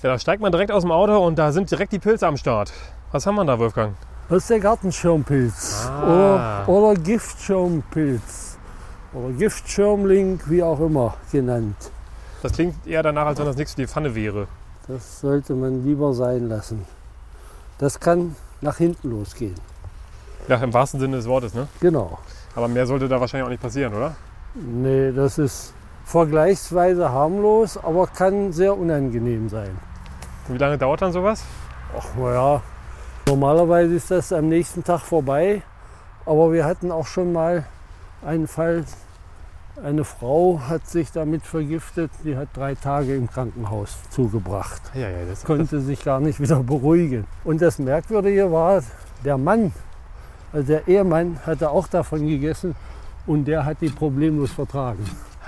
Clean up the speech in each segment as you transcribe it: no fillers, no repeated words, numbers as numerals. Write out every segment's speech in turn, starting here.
Ja, da steigt man direkt aus dem Auto und da sind direkt die Pilze am Start. Was haben wir da, Wolfgang? Das ist der Gartenschirmpilz oder Giftschirmpilz oder Giftschirmling, wie auch immer genannt. Das klingt eher danach, als wenn das nichts für die Pfanne wäre. Das sollte man lieber sein lassen. Das kann nach hinten losgehen. Ja, im wahrsten Sinne des Wortes, ne? Genau. Aber mehr sollte da wahrscheinlich auch nicht passieren, oder? Nee, das ist vergleichsweise harmlos, aber kann sehr unangenehm sein. Wie lange dauert dann sowas? Ach naja, normalerweise ist das am nächsten Tag vorbei. Aber wir hatten auch schon mal einen Fall, eine Frau hat sich damit vergiftet, die hat 3 Tage im Krankenhaus zugebracht. Ja, das Konnte sich gar nicht wieder beruhigen. Und das Merkwürdige war, der Mann, also der Ehemann, hatte auch davon gegessen und der hat die problemlos vertragen.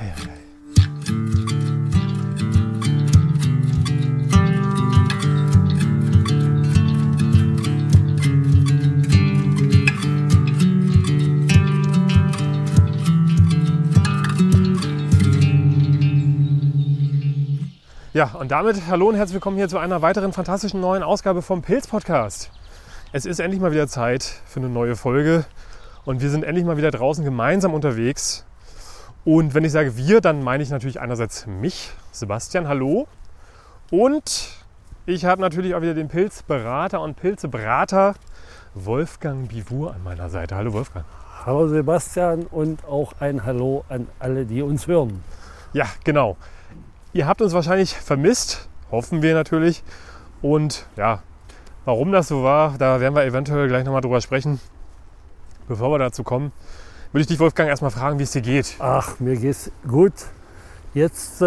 Ja, und damit hallo und herzlich willkommen hier zu einer weiteren fantastischen neuen Ausgabe vom Pilz-Podcast. Es ist endlich mal wieder Zeit für eine neue Folge und wir sind endlich mal wieder draußen gemeinsam unterwegs. Und wenn ich sage wir, dann meine ich natürlich einerseits mich, Sebastian, hallo. Und ich habe natürlich auch wieder den Pilzberater und Pilzebrater Wolfgang Bivur an meiner Seite. Hallo Wolfgang. Hallo Sebastian und auch ein Hallo an alle, die uns hören. Ja, genau. Ihr habt uns wahrscheinlich vermisst, hoffen wir natürlich. Und ja, warum das so war, da werden wir eventuell gleich nochmal drüber sprechen. Bevor wir dazu kommen, würde ich dich, Wolfgang, erstmal fragen, wie es dir geht. Ach, mir geht's gut. Jetzt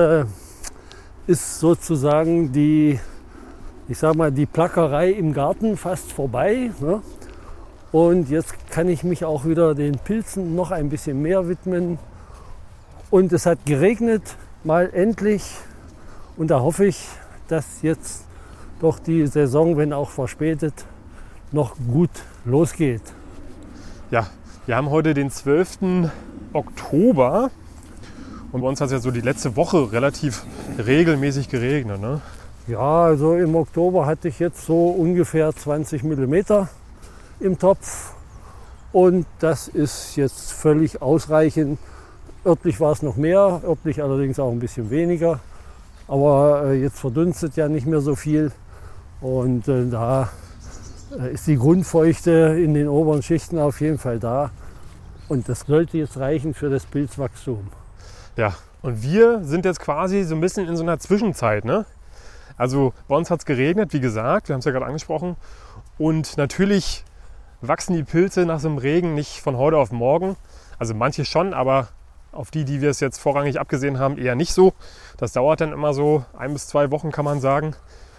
ist sozusagen die Plackerei im Garten fast vorbei. Ne? Und jetzt kann ich mich auch wieder den Pilzen noch ein bisschen mehr widmen. Und es hat geregnet. Mal endlich, und da hoffe ich, dass jetzt doch die Saison, wenn auch verspätet, noch gut losgeht. Ja, wir haben heute den 12. Oktober und bei uns hat es ja so die letzte Woche relativ regelmäßig geregnet, ne? Ja, also im Oktober hatte ich jetzt so ungefähr 20 mm im Topf und das ist jetzt völlig ausreichend. Örtlich war es noch mehr, örtlich allerdings auch ein bisschen weniger. Aber jetzt verdunstet ja nicht mehr so viel. Und da ist die Grundfeuchte in den oberen Schichten auf jeden Fall da. Und das sollte jetzt reichen für das Pilzwachstum. Ja, und wir sind jetzt quasi so ein bisschen in so einer Zwischenzeit, ne? Also bei uns hat es geregnet, wie gesagt, wir haben es ja gerade angesprochen. Und natürlich wachsen die Pilze nach so einem Regen nicht von heute auf morgen. Also manche schon, aber auf die wir es jetzt vorrangig abgesehen haben, eher nicht so. Das dauert dann immer so 1 bis 2 Wochen, kann man sagen.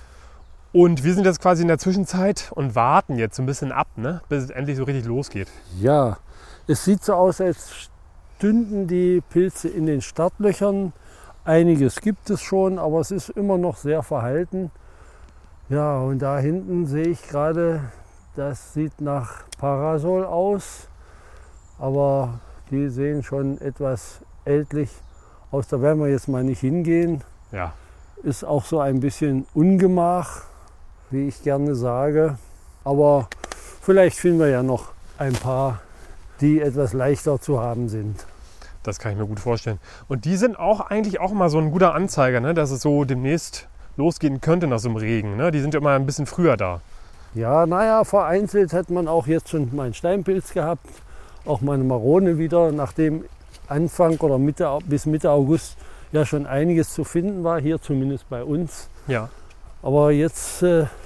Und wir sind jetzt quasi in der Zwischenzeit und warten jetzt so ein bisschen ab, ne? Bis es endlich so richtig losgeht. Ja, es sieht so aus, als stünden die Pilze in den Startlöchern. Einiges gibt es schon, aber es ist immer noch sehr verhalten. Ja, und da hinten sehe ich gerade, das sieht nach Parasol aus, aber die sehen schon etwas ältlich aus. Da werden wir jetzt mal nicht hingehen. Ja. Ist auch so ein bisschen Ungemach, wie ich gerne sage. Aber vielleicht finden wir ja noch ein paar, die etwas leichter zu haben sind. Das kann ich mir gut vorstellen. Und die sind auch eigentlich auch mal so ein guter Anzeiger, ne? Dass es so demnächst losgehen könnte nach so einem Regen. Ne? Die sind ja immer ein bisschen früher da. Ja, naja, vereinzelt hat man auch jetzt schon mal einen Steinpilz gehabt. Auch meine Marone wieder, nachdem Anfang oder bis Mitte August ja schon einiges zu finden war, hier zumindest bei uns. Ja. Aber jetzt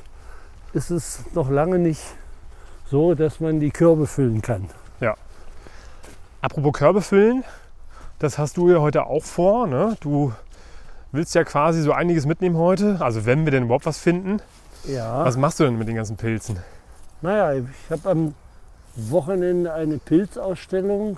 ist es noch lange nicht so, dass man die Körbe füllen kann. Ja. Apropos Körbe füllen, das hast du ja heute auch vor, ne? Du willst ja quasi so einiges mitnehmen heute, also wenn wir denn überhaupt was finden. Ja. Was machst du denn mit den ganzen Pilzen? Naja, ich habe am Wochenende eine Pilzausstellung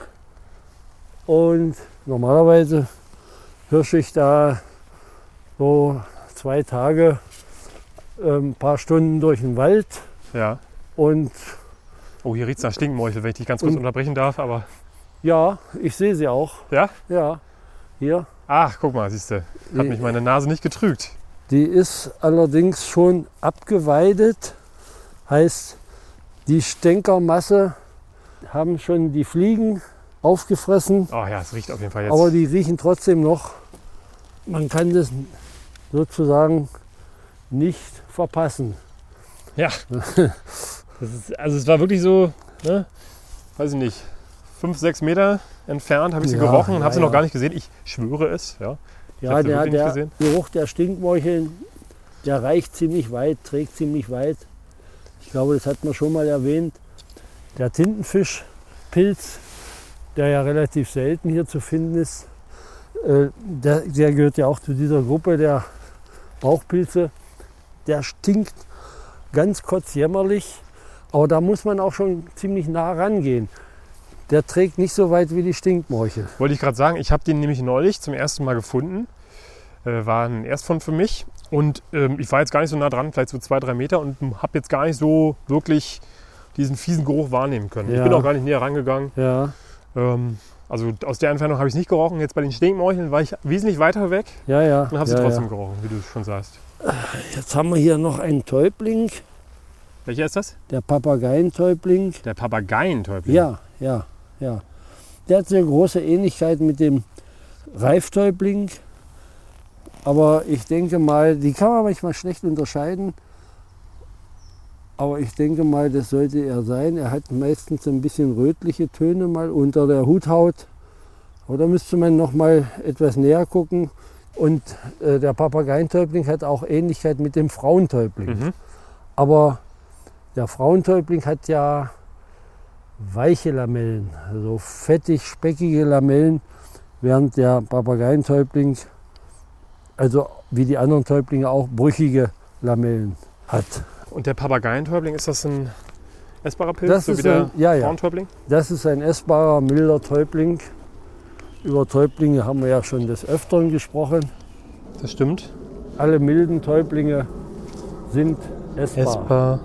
und normalerweise hirsche ich da so 2 Tage ein paar Stunden durch den Wald. Ja. Und oh, hier riecht es nach Stinkmorchel, wenn ich dich ganz kurz unterbrechen darf, aber... Ja, ich sehe sie auch. Ja? Ja, hier. Ach, guck mal, siehst du, hat mich meine Nase nicht getrügt. Die ist allerdings schon abgeweidet. Heißt, die Stänkermasse haben schon die Fliegen aufgefressen. Oh ja, es riecht auf jeden Fall jetzt. Aber die riechen trotzdem noch. Man kann das sozusagen nicht verpassen. Ja. Also es war wirklich so, ne, weiß ich nicht, 5, 6 Meter entfernt habe ich sie gerochen und habe sie noch gar nicht gesehen. Ich schwöre es. Ja, ja, der Geruch der Stinkmorcheln, der reicht ziemlich weit, trägt ziemlich weit. Ich glaube, das hat man schon mal erwähnt. Der Tintenfischpilz, der ja relativ selten hier zu finden ist, der gehört ja auch zu dieser Gruppe der Bauchpilze. Der stinkt ganz kotzjämmerlich, aber da muss man auch schon ziemlich nah rangehen. Der trägt nicht so weit wie die Stinkmorchel. Wollte ich gerade sagen, ich habe den nämlich neulich zum ersten Mal gefunden. War ein Erstfund für mich. Und ich war jetzt gar nicht so nah dran, vielleicht so 2, 3 Meter und habe jetzt gar nicht so wirklich diesen fiesen Geruch wahrnehmen können. Ja. Ich bin auch gar nicht näher rangegangen. Ja. Also aus der Entfernung habe ich es nicht gerochen. Jetzt bei den Stinkmorcheln war ich wesentlich weiter weg Ja, ja. und habe sie trotzdem gerochen, wie du schon sagst. Jetzt haben wir hier noch einen Täubling, Welcher ist das? der Papageientäubling. Der Papageientäubling. Ja. Der hat eine große Ähnlichkeit mit dem Reiftäubling. Aber ich denke mal, die kann man manchmal schlecht unterscheiden. Aber ich denke mal, das sollte er sein. Er hat meistens ein bisschen rötliche Töne mal unter der Huthaut. Aber da müsste man noch mal etwas näher gucken. Und der Papageientäubling hat auch Ähnlichkeit mit dem Frauentäubling. Mhm. Aber der Frauentäubling hat ja weiche Lamellen, also fettig, speckige Lamellen, während der Papageientäubling, also wie die anderen Täublinge auch, brüchige Lamellen hat. Und der Papageientäubling, ist das ein essbarer Pilz, Das so ist wie der ja. Frauentäubling? Das ist ein essbarer, milder Täubling. Über Täublinge haben wir ja schon des Öfteren gesprochen. Das stimmt. Alle milden Täublinge sind essbar.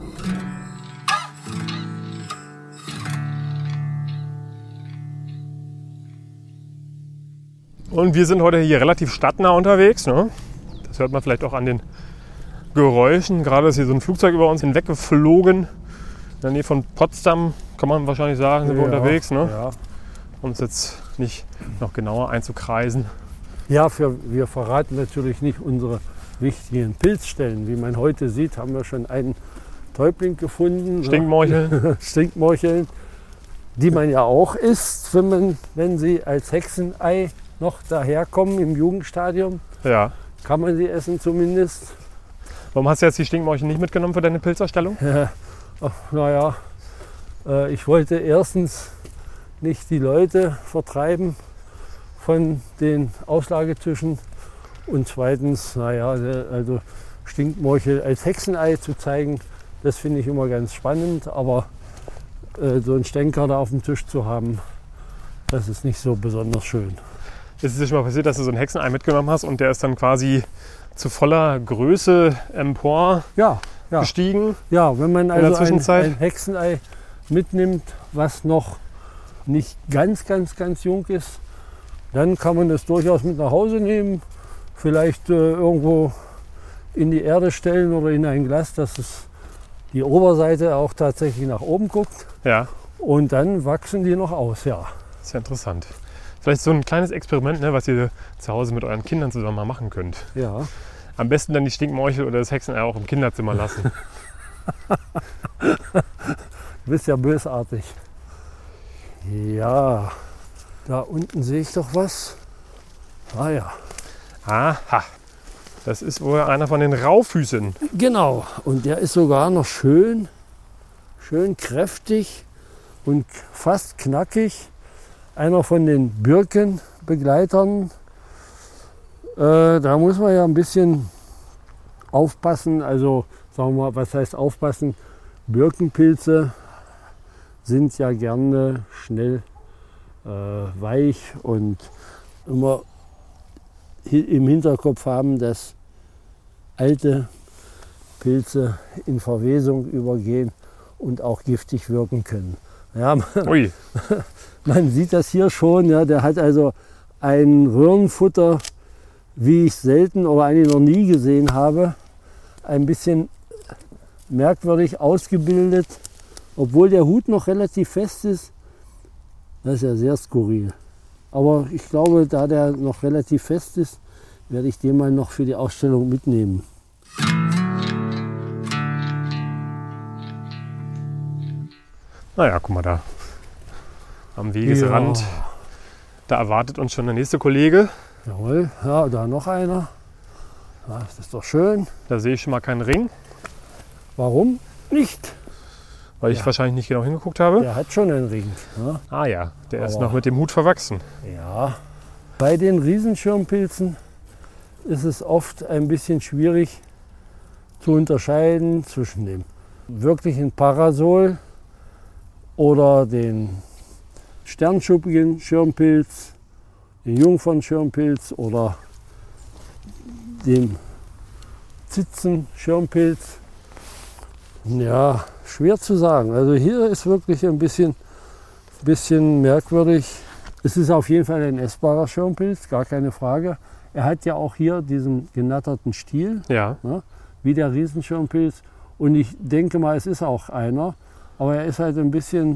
Und wir sind heute hier relativ stadtnah unterwegs. Ne? Das hört man vielleicht auch an den Geräuschen. Gerade ist hier so ein Flugzeug über uns hinweggeflogen. In der Nähe von Potsdam, kann man wahrscheinlich sagen, sind wir unterwegs. Ne? Ja. Um uns jetzt nicht noch genauer einzukreisen. Ja, wir verraten natürlich nicht unsere wichtigen Pilzstellen. Wie man heute sieht, haben wir schon einen Täubling gefunden. Stinkmorcheln. Stinkmorcheln, die man ja auch isst, wenn sie als Hexenei noch daherkommen im Jugendstadium. Ja. Kann man sie essen zumindest. Warum hast du jetzt die Stinkmorcheln nicht mitgenommen für deine Pilzerstellung? Naja, ich wollte erstens nicht die Leute vertreiben von den Auslagetischen und zweitens, also Stinkmorchel als Hexenei zu zeigen, das finde ich immer ganz spannend, aber so einen Stänker da auf dem Tisch zu haben, das ist nicht so besonders schön. Ist es dir schon mal passiert, dass du so ein Hexenei mitgenommen hast und der ist dann quasi zu voller Größe empor gestiegen? Ja, wenn man also Zwischenzeit? ein Hexenei mitnimmt, was noch nicht ganz jung ist, dann kann man das durchaus mit nach Hause nehmen, vielleicht irgendwo in die Erde stellen oder in ein Glas, dass es die Oberseite auch tatsächlich nach oben guckt. Ja. Und dann wachsen die noch aus, ja. Das ist ja interessant. Vielleicht so ein kleines Experiment, ne, was ihr zu Hause mit euren Kindern zusammen mal machen könnt. Ja. Am besten dann die Stinkmorchel oder das Hexenei auch im Kinderzimmer lassen. Du bist ja bösartig. Ja, da unten sehe ich doch was. Ah ja. Aha, das ist wohl einer von den Raufüßen. Genau, und der ist sogar noch schön kräftig und fast knackig. Einer von den Birkenbegleitern. Da muss man ja ein bisschen aufpassen. Also sagen wir mal, was heißt aufpassen? Birkenpilze sind ja gerne schnell weich und immer im Hinterkopf haben, dass alte Pilze in Verwesung übergehen und auch giftig wirken können. Ja, man sieht das hier schon, ja, der hat also ein Röhrenfutter wie ich selten oder eigentlich noch nie gesehen habe, ein bisschen merkwürdig ausgebildet, obwohl der Hut noch relativ fest ist. Das ist ja sehr skurril. Aber ich glaube, da der noch relativ fest ist, werde ich den mal noch für die Ausstellung mitnehmen. Naja, guck mal da. Am Wegesrand. Ja. Da erwartet uns schon der nächste Kollege. Jawohl, ja, da noch einer. Ja, das ist doch schön. Da sehe ich schon mal keinen Ring, Warum nicht? weil ich Ja. wahrscheinlich nicht genau hingeguckt habe. Der hat schon einen Ring. Ja. Ah ja, der ist Aber- noch mit dem Hut verwachsen. Ja. Bei den Riesenschirmpilzen ist es oft ein bisschen schwierig zu unterscheiden zwischen dem wirklichen Parasol oder den sternschuppigen Schirmpilz, den Jungfernschirmpilz oder dem Zitzenschirmpilz. Ja, schwer zu sagen. Also hier ist wirklich ein bisschen merkwürdig. Es ist auf jeden Fall ein essbarer Schirmpilz, gar keine Frage. Er hat ja auch hier diesen genatterten Stiel, Ja, wie der Riesenschirmpilz. Und ich denke mal, es ist auch einer. Aber er ist halt ein bisschen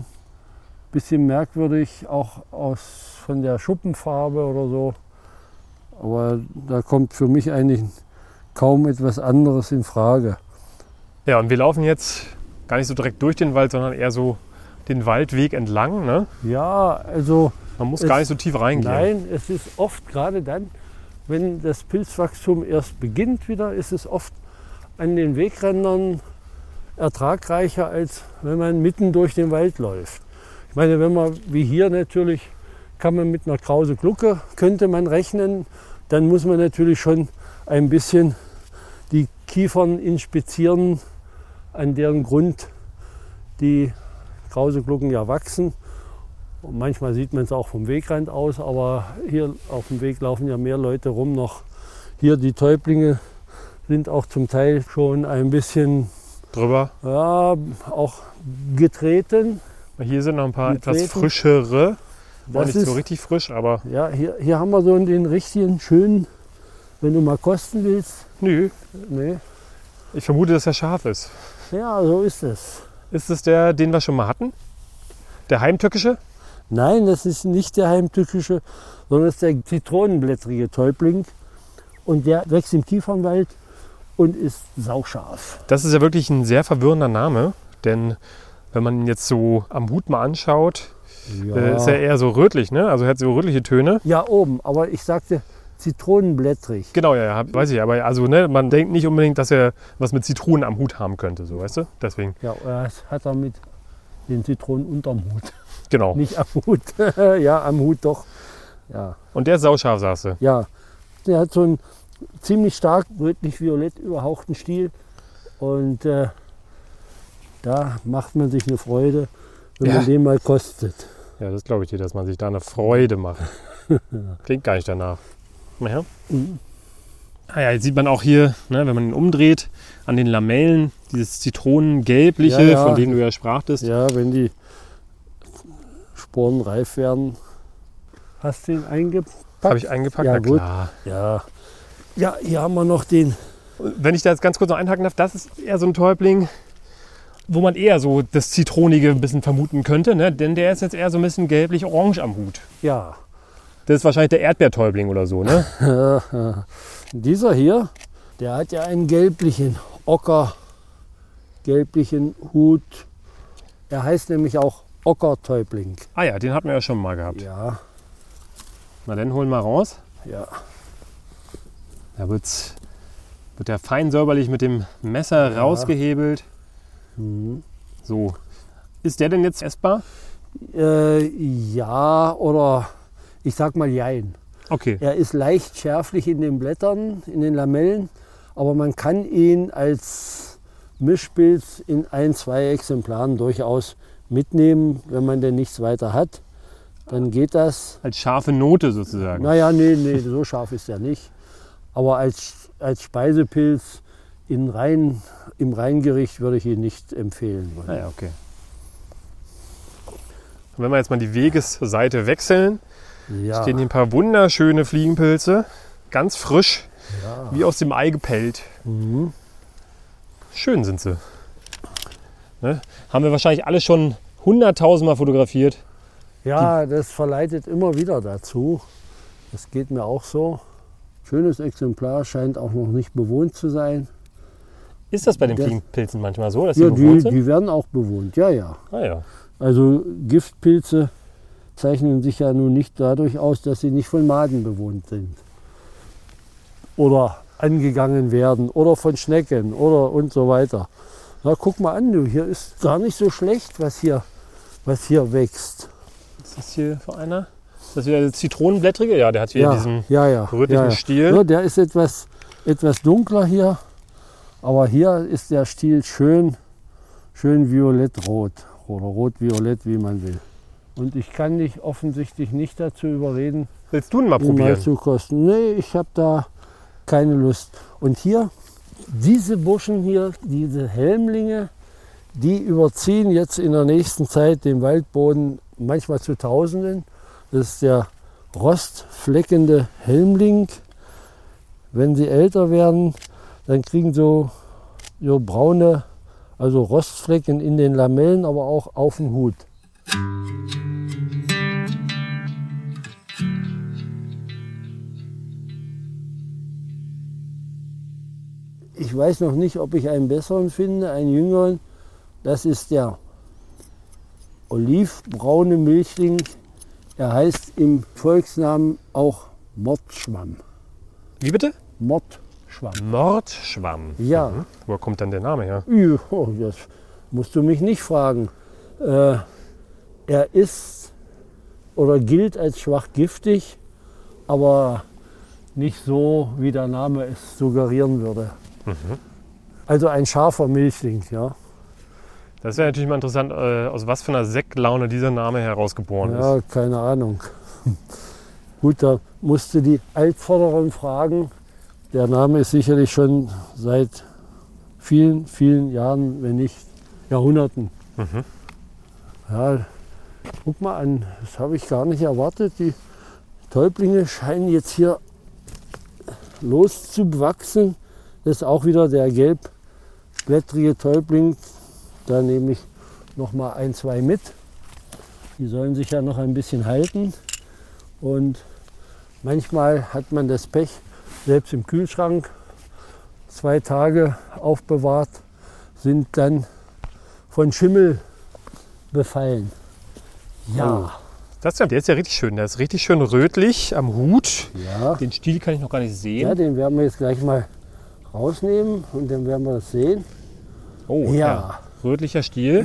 merkwürdig, auch von der Schuppenfarbe oder so. Aber da kommt für mich eigentlich kaum etwas anderes in Frage. ja, und wir laufen jetzt gar nicht so direkt durch den Wald, sondern eher so den Waldweg entlang. Ne? Ja, also Man muss gar nicht so tief reingehen. nein, es ist oft gerade dann, wenn das Pilzwachstum erst beginnt wieder, ist es oft an den Wegrändern ertragreicher, als wenn man mitten durch den Wald läuft. Ich meine, wenn man wie hier natürlich, kann man mit einer Krause Glucke, könnte man rechnen, dann muss man natürlich schon ein bisschen die Kiefern inspizieren, an deren Grund die Krauseglucken ja wachsen. Und manchmal sieht man es auch vom Wegrand aus, aber hier auf dem Weg laufen ja mehr Leute rum noch. Hier die Täublinge sind auch zum Teil schon ein bisschen, Drüber. ja, auch getreten. Hier sind noch ein paar etwas Getreten. frischere. War Das nicht so ist, richtig frisch, aber ja, hier haben wir so den richtigen schönen, wenn du mal kosten willst. nö. Nee. Ich vermute, dass er scharf ist. Ja, so ist es. Ist es der, den wir schon mal hatten? Der heimtückische? Nein, das ist nicht der heimtückische, sondern das ist der zitronenblättrige Täubling. Und der wächst im Kiefernwald und ist sauscharf. Das ist ja wirklich ein sehr verwirrender Name, denn wenn man ihn jetzt so am Hut mal anschaut, ist er eher so rötlich, ne? Also er hat so rötliche Töne. Ja, oben, aber ich sagte zitronenblättrig. Genau, ja, weiß ich. Aber also, ne, man denkt nicht unbedingt, dass er was mit Zitronen am Hut haben könnte, so, weißt du? Deswegen, Ja, das hat er mit den Zitronen unterm Hut. genau. Nicht am Hut. Ja, am Hut doch. Ja, Und der ist sauscharf, sagst du. ja. Der hat so einen ziemlich stark rötlich-violett überhauchten Stiel. Und da macht man sich eine Freude, wenn Ja. man den mal kostet. Ja, das glaube ich dir, dass man sich da eine Freude macht. Klingt gar nicht danach. Ja. Mhm. Ah ja, jetzt sieht man auch hier, ne, wenn man ihn umdreht, an den Lamellen, dieses Zitronengelbliche, Ja, ja. von dem du ja sprachtest. Ja, wenn die Sporen reif werden. Hast du ihn eingepackt? Habe ich eingepackt, Ja, na gut. klar. Ja. Ja, hier haben wir noch den. Wenn ich da jetzt ganz kurz noch einhaken darf, das ist eher so ein Täubling, wo man eher so das Zitronige ein bisschen vermuten könnte, ne? Denn der ist jetzt eher so ein bisschen gelblich-orange am Hut. Ja. Das ist wahrscheinlich der Erdbeertäubling oder so, ne? Dieser hier, der hat ja einen gelblichen gelblichen Hut. Er heißt nämlich auch Ockertäubling. Ah ja, den hatten wir ja schon mal gehabt. Ja, Na dann holen wir raus. ja. Da wird der fein säuberlich mit dem Messer Ja. rausgehebelt. Mhm. So. Ist der denn jetzt essbar? Ja, oder ich sag mal jein. Okay. Er ist leicht schärflich in den Blättern, in den Lamellen, aber man kann ihn als Mischpilz in 1-2 Exemplaren durchaus mitnehmen, wenn man denn nichts weiter hat. Dann geht das. Als scharfe Note sozusagen. Naja, nee, so scharf ist er nicht. Aber als Speisepilz im Reingericht würde ich ihn nicht empfehlen wollen. Ah ja, okay. Und wenn wir jetzt mal die Wegesseite wechseln, Ja, stehen hier ein paar wunderschöne Fliegenpilze. ganz frisch, Ja. wie aus dem Ei gepellt. Mhm. Schön sind sie. Ne? Haben wir wahrscheinlich alle schon 100.000 Mal fotografiert. Ja, das verleitet immer wieder dazu. Das geht mir auch so. Schönes Exemplar, scheint auch noch nicht bewohnt zu sein. Ist das bei den Das- Fliegenpilzen manchmal so, dass sie Ja, bewohnt sind? die werden auch bewohnt, ja, ja. Ah, ja. Also Giftpilze zeichnen sich ja nun nicht dadurch aus, dass sie nicht von Maden bewohnt sind. Oder angegangen werden oder von Schnecken oder und so weiter. Na, guck mal an, du, hier ist gar nicht so schlecht, was hier wächst. Was ist das hier für einer? Ist das wieder der Zitronenblättrige? Ja, der hat wieder diesen ja, rötlichen Stiel. Ja, der ist etwas dunkler hier, aber hier ist der Stiel schön violett-rot oder rot-violett, wie man will. Und ich kann dich offensichtlich nicht dazu überreden, Willst du ihn mal ihn mal probieren? zu kosten. Nee, ich habe da keine Lust. Und hier, diese Burschen hier, diese Helmlinge, die überziehen jetzt in der nächsten Zeit den Waldboden manchmal zu Tausenden. Das ist der rostfleckende Helmling. Wenn sie älter werden, dann kriegen so braune, also Rostflecken in den Lamellen, aber auch auf dem Hut. Ich weiß noch nicht, ob ich einen besseren finde, einen jüngeren. Das ist der olivbraune Milchling. Er heißt im Volksnamen auch Mordschwamm. Wie bitte? Mordschwamm. Mordschwamm. Ja. Mhm. Woher kommt dann der Name her? Ja, das musst du mich nicht fragen. Er ist oder gilt als schwach giftig, aber nicht so, wie der Name es suggerieren würde. Also ein scharfer Milchling, ja. Das wäre natürlich mal interessant, aus was für einer Sektlaune dieser Name herausgeboren ist. Ja, keine Ahnung. Gut, da musste die Altvorderen fragen. Der Name ist sicherlich schon seit vielen, vielen Jahren, wenn nicht Jahrhunderten. Ja, guck mal an, das habe ich gar nicht erwartet. Die Täublinge scheinen jetzt hier loszuwachsen. Das ist auch wieder der gelbblättrige Täubling. Da nehme ich noch mal ein, zwei mit. Die sollen sich ja noch ein bisschen halten. Und manchmal hat man das Pech, selbst im Kühlschrank 2 Tage aufbewahrt, sind dann von Schimmel befallen. Ja, Der ist ja richtig schön. Der ist richtig schön rötlich am Hut. ja, Den Stiel kann ich noch gar nicht sehen. ja, den werden wir jetzt gleich mal rausnehmen und dann werden wir das sehen. Oh, Ja. Rötlicher Stiel.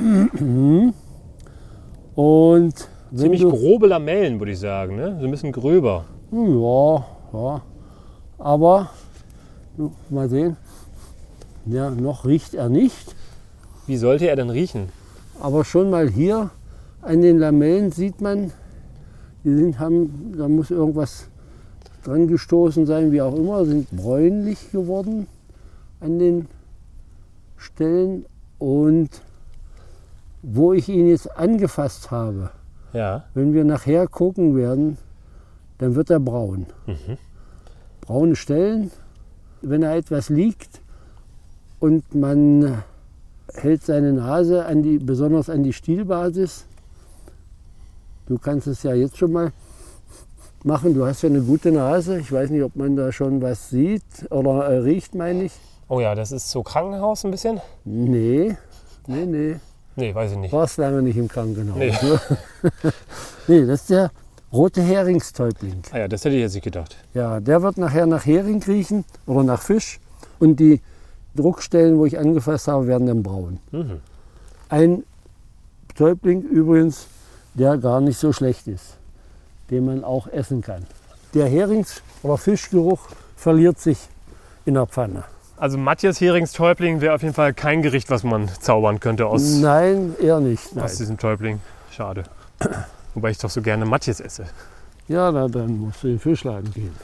Und wenn Ziemlich du, grobe Lamellen, würde ich sagen. Ne? So ein bisschen gröber. ja, aber mal sehen. Ja, noch riecht er nicht, Wie sollte er denn riechen? aber schon mal hier an den Lamellen sieht man, da muss irgendwas dran gestoßen sein, wie auch immer, sind bräunlich geworden an den Stellen. Und wo ich ihn jetzt angefasst habe, Ja. wenn wir nachher gucken werden, dann wird er braun. Braune Stellen, wenn er etwas liegt und man hält seine Nase besonders an die Stielbasis. Du kannst es ja jetzt schon mal machen. Du hast ja eine gute Nase. Ich weiß nicht, ob man da schon was sieht oder riecht, meine ich. Oh ja, das ist so Krankenhaus ein bisschen? Nee. Nee, weiß ich nicht. Warst lange nicht im Krankenhaus. Nee. Ne? Nee, das ist der rote Heringstäubling. Ah ja, das hätte ich jetzt nicht gedacht. Ja, der wird nachher nach Hering riechen oder nach Fisch. Und die Druckstellen, wo ich angefasst habe, werden dann braun. Ein Täubling übrigens, der gar nicht so schlecht ist, den man auch essen kann. Der Herings- oder Fischgeruch verliert sich in der Pfanne. Also Matthias Heringstäubling wäre auf jeden Fall kein Gericht, was man zaubern könnte aus Nein, eher nicht. Nein. diesem Täubling. Schade. Wobei ich doch so gerne Matthias esse. Ja, dann musst du in den Fischladen gehen.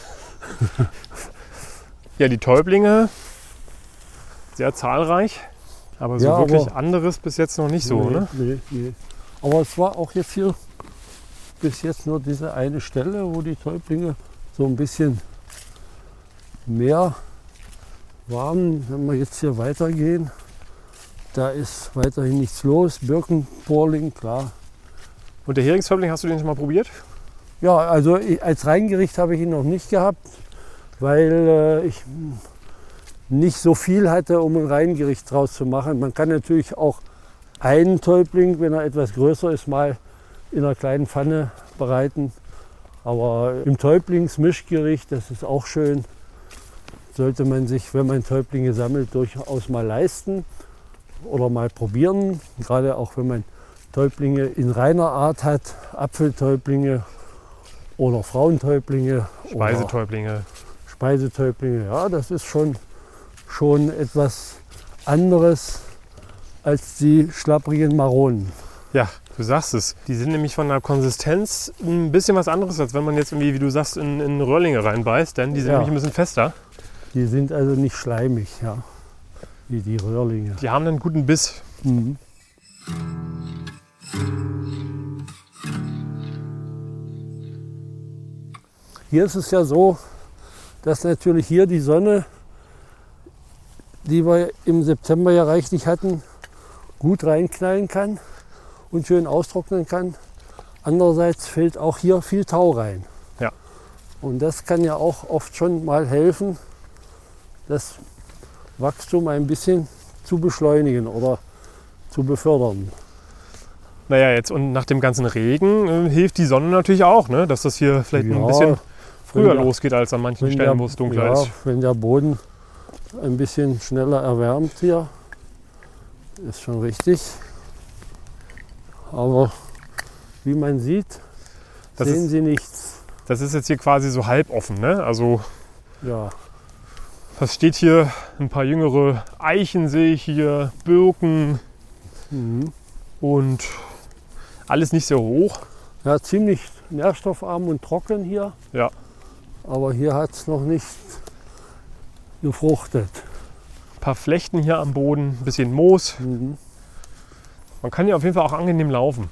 Ja, die Täublinge, sehr zahlreich. Aber so Ja, wirklich aber- anderes bis jetzt noch nicht so, ne? Nee. Aber es war auch jetzt hier bis jetzt nur diese eine Stelle, wo die Täublinge so ein bisschen mehr warm. Wenn wir jetzt hier weitergehen, da ist weiterhin nichts los. Birkenporling, klar. Und der Heringstäubling, hast du den schon mal probiert? Ja, also als Reingericht habe ich ihn noch nicht gehabt, weil ich nicht so viel hatte, um ein Reingericht draus zu machen. Man kann natürlich auch einen Täubling, wenn er etwas größer ist, mal in einer kleinen Pfanne bereiten. Aber im Täublingsmischgericht, das ist auch schön, sollte man sich, wenn man Täublinge sammelt, durchaus mal leisten oder mal probieren. Gerade auch wenn man Täublinge in reiner Art hat, Apfeltäublinge oder Frauentäublinge. Speisetäublinge. Speisetäublinge, ja, das ist schon etwas anderes als die schlapprigen Maronen. Ja, du sagst es. Die sind nämlich von der Konsistenz ein bisschen was anderes, als wenn man jetzt irgendwie, wie du sagst, in Röhrlinge reinbeißt, denn die sind nämlich ein bisschen fester. Die sind also nicht schleimig, ja, wie die Röhrlinge. Die haben einen guten Biss. Mhm. Hier ist es ja so, dass natürlich hier die Sonne, die wir im September ja reichlich hatten, gut reinknallen kann und schön austrocknen kann. Andererseits fällt auch hier viel Tau rein. Ja. Und das kann ja auch oft schon mal helfen, das Wachstum ein bisschen zu beschleunigen oder zu befördern. Naja, jetzt und nach dem ganzen Regen hilft die Sonne natürlich auch, ne? Dass das hier vielleicht ein bisschen früher losgeht als an manchen Stellen, wo es dunkler ist. Wenn der Boden ein bisschen schneller erwärmt hier, ist schon richtig. Aber wie man sieht, sehen Sie nichts. Das ist jetzt hier quasi so halb offen, ne? Also ja. was steht hier? Ein paar jüngere Eichen sehe ich hier, Birken und alles nicht sehr hoch. Ja, ziemlich nährstoffarm und trocken hier. Ja. Aber hier hat es noch nicht gefruchtet. Ein paar Flechten hier am Boden, ein bisschen Moos. Man kann hier auf jeden Fall auch angenehm laufen.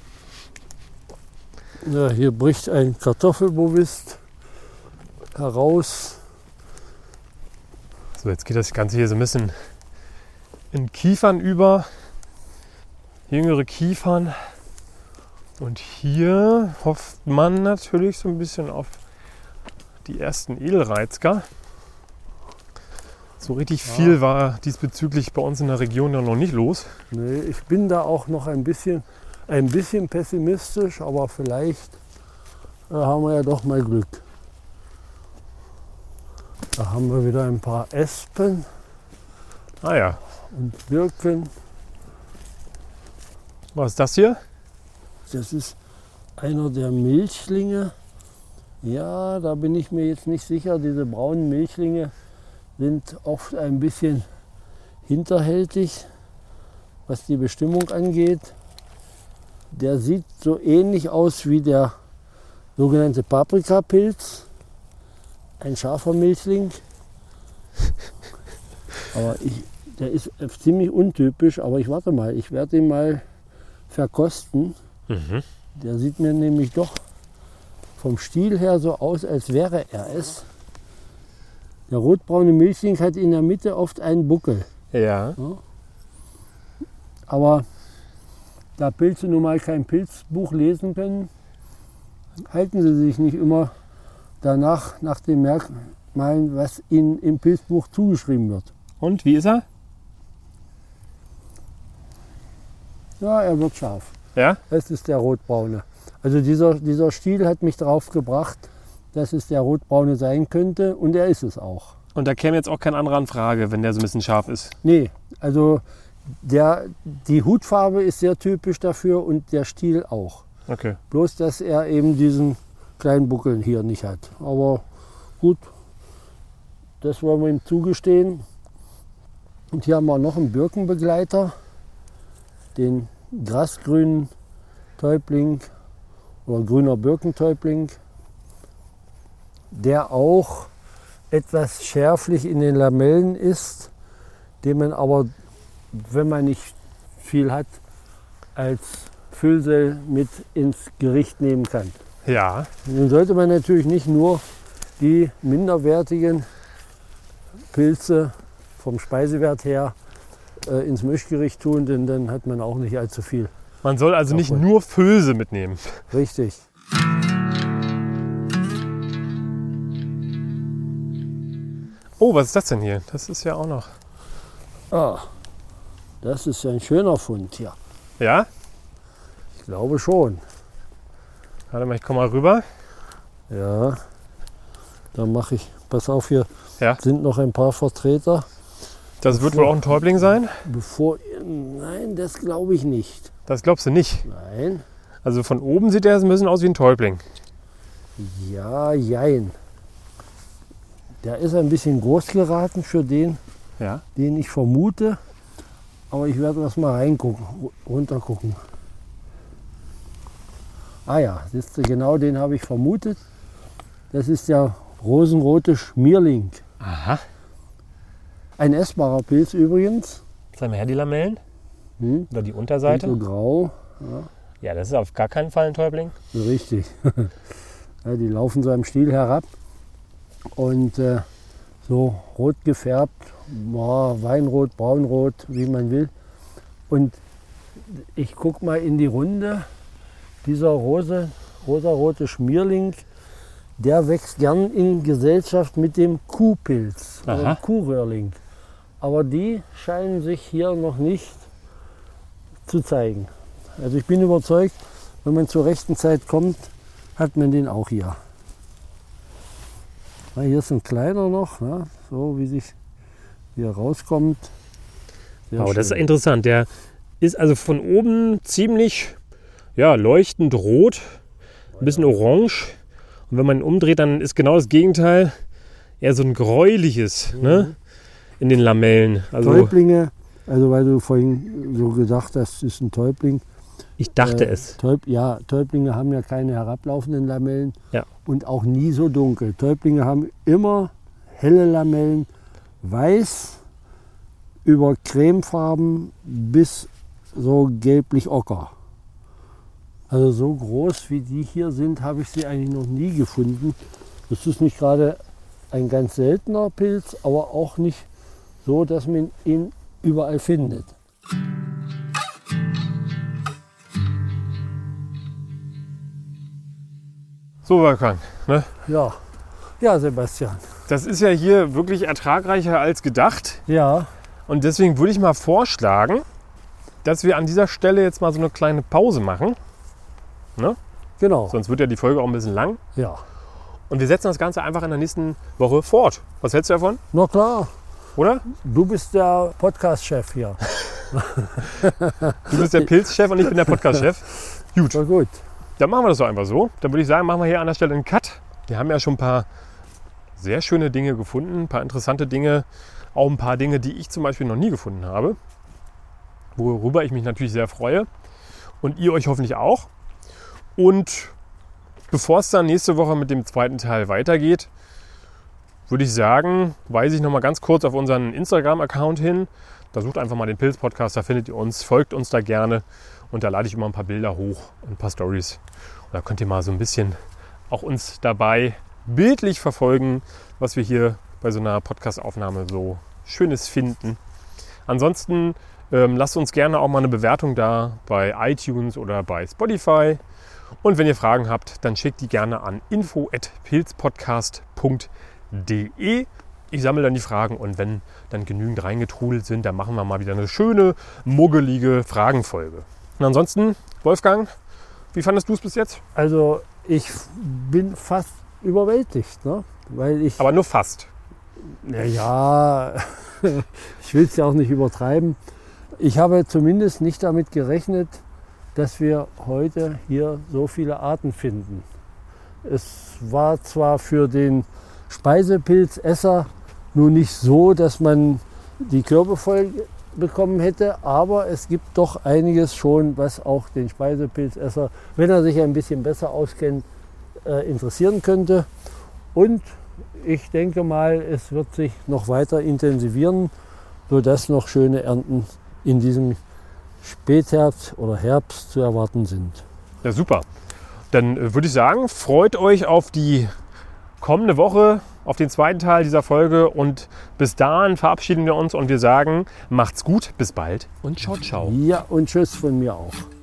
Ja, hier bricht ein Kartoffelbovist heraus. So, jetzt geht das Ganze hier so ein bisschen in Kiefern über. Jüngere Kiefern. Und hier hofft man natürlich so ein bisschen auf die ersten Edelreizker. So richtig viel war diesbezüglich bei uns in der Region ja noch nicht los. Nee, ich bin da auch noch ein bisschen pessimistisch, aber vielleicht haben wir ja doch mal Glück. Da haben wir wieder ein paar Espen Ah ja. und Birken. Was ist das hier? Das ist einer der Milchlinge. Ja, da bin ich mir jetzt nicht sicher. Diese braunen Milchlinge sind oft ein bisschen hinterhältig, was die Bestimmung angeht. Der sieht so ähnlich aus wie der sogenannte Paprikapilz, ein scharfer Milchling. Aber der ist ziemlich untypisch, aber ich warte mal, ich werde ihn mal verkosten. Der sieht mir nämlich doch vom Stiel her so aus, als wäre er es. Der rotbraune Milchling hat in der Mitte oft einen Buckel. Ja. Aber da Pilze nun mal kein Pilzbuch lesen können, halten sie sich nicht immer danach nach den Merkmalen, was ihnen im Pilzbuch zugeschrieben wird. Und wie ist er? Ja, er wird scharf. Ja? Das ist der rotbraune. Also dieser Stiel hat mich darauf gebracht, dass es der rotbraune sein könnte, und er ist es auch. Und da käme jetzt auch kein anderer in Frage, wenn der so ein bisschen scharf ist. Nee, also die Hutfarbe ist sehr typisch dafür und der Stiel auch. Okay. Bloß, dass er eben diesen kleinen Buckel hier nicht hat. Aber gut, das wollen wir ihm zugestehen. Und hier haben wir noch einen Birkenbegleiter, den grasgrünen Täubling oder grüner Birkentäubling, der auch etwas schärflich in den Lamellen ist, den man aber, wenn man nicht viel hat, als Füllsel mit ins Gericht nehmen kann. Ja. Nun sollte man natürlich nicht nur die minderwertigen Pilze vom Speisewert her ins Mischgericht tun, denn dann hat man auch nicht allzu viel. Man soll also nicht nur Füllse mitnehmen. Richtig. Oh, was ist das denn hier? Das ist ja auch noch... Ah, das ist ja ein schöner Fund hier. Ja? Ich glaube schon. Warte mal, ich komme mal rüber. Ja, dann mache ich, pass auf, hier Ja. sind noch ein paar Vertreter. Das wird wohl auch ein Täubling sein? Nein, das glaube ich nicht. Das glaubst du nicht. Nein, Also von oben sieht er ein bisschen aus wie ein Täubling. ja, jein. Der ist ein bisschen groß geraten für den, Ja. den ich vermute. Aber ich werde erst mal reingucken, runtergucken. Ah ja, siehst du, genau den habe ich vermutet. Das ist der rosenrote Schmierling. Aha. Ein essbarer Pilz übrigens. Zeig mal her die Lamellen. Oder die So Unterseite. grau. Ja, das ist auf gar keinen Fall ein Täubling. Richtig. Ja, die laufen so am Stiel herab und so rot gefärbt, Weinrot, Braunrot, wie man will. Und ich gucke mal in die Runde. Dieser rosarote Schmierling, der wächst gern in Gesellschaft mit dem Kuhpilz Aha. oder Kuhröhrling. Aber die scheinen sich hier noch nicht zu zeigen. Also ich bin überzeugt, wenn man zur rechten Zeit kommt, hat man den auch hier. Ja, hier ist ein kleiner noch, ne? So wie er rauskommt. Sehr Oh, das ist schön. interessant. Der ist also von oben ziemlich leuchtend rot, ein bisschen orange. Und wenn man ihn umdreht, dann ist genau das Gegenteil. Eher so ein gräuliches, ne? In den Lamellen. Also Täublinge, also weil du vorhin so gedacht hast, es ist ein Täubling. ich dachte es. Täublinge haben ja keine herablaufenden Lamellen Ja. und auch nie so dunkel. Täublinge haben immer helle Lamellen, weiß über cremefarben bis so gelblich-ocker. Also so groß wie die hier sind, habe ich sie eigentlich noch nie gefunden. Das ist nicht gerade ein ganz seltener Pilz, aber auch nicht so, dass man ihn überall findet. So, Wolfgang, ne? Ja, Sebastian. Das ist ja hier wirklich ertragreicher als gedacht. Ja, Und deswegen würde ich mal vorschlagen, dass wir an dieser Stelle jetzt mal so eine kleine Pause machen. Ne? genau. Sonst wird ja die Folge auch ein bisschen lang. Ja, Und wir setzen das Ganze einfach in der nächsten Woche fort. Was hältst du davon? na klar. Oder? Du bist der Podcast-Chef hier. Du bist der Pilzchef und ich bin der Podcast-Chef. Gut, Na gut. dann machen wir das doch einfach so. Dann würde ich sagen, machen wir hier an der Stelle einen Cut. Wir haben ja schon ein paar sehr schöne Dinge gefunden, ein paar interessante Dinge. Auch ein paar Dinge, die ich zum Beispiel noch nie gefunden habe. Worüber ich mich natürlich sehr freue. Und ihr euch hoffentlich auch. Und bevor es dann nächste Woche mit dem zweiten Teil weitergeht, würde ich sagen, weise ich noch mal ganz kurz auf unseren Instagram-Account hin. Da sucht einfach mal den Pilz-Podcast, da findet ihr uns, folgt uns da gerne. Und da lade ich immer ein paar Bilder hoch und ein paar Stories. Und da könnt ihr mal so ein bisschen auch uns dabei bildlich verfolgen, was wir hier bei so einer Podcast-Aufnahme so Schönes finden. Ansonsten lasst uns gerne auch mal eine Bewertung da bei iTunes oder bei Spotify. Und wenn ihr Fragen habt, dann schickt die gerne an info@pilzpodcast.de. Ich sammle dann die Fragen und wenn dann genügend reingetrudelt sind, dann machen wir mal wieder eine schöne, muggelige Fragenfolge. Und ansonsten, Wolfgang, wie fandest du es bis jetzt? Also ich bin fast überwältigt, ne? Weil ich, Aber nur fast. ja, ich will es ja auch nicht übertreiben. Ich habe zumindest nicht damit gerechnet, dass wir heute hier so viele Arten finden. Es war zwar für den Speisepilzesser nun nicht so, dass man die Körbe voll bekommen hätte, aber es gibt doch einiges schon, was auch den Speisepilzesser, wenn er sich ein bisschen besser auskennt, interessieren könnte. Und ich denke mal, es wird sich noch weiter intensivieren, sodass noch schöne Ernten in diesem Spätherbst oder Herbst zu erwarten sind. Ja, super. Dann würde ich sagen, freut euch auf die kommende Woche, auf den zweiten Teil dieser Folge und bis dahin verabschieden wir uns und wir sagen, macht's gut, bis bald und ciao, ciao. Ja, und tschüss von mir auch.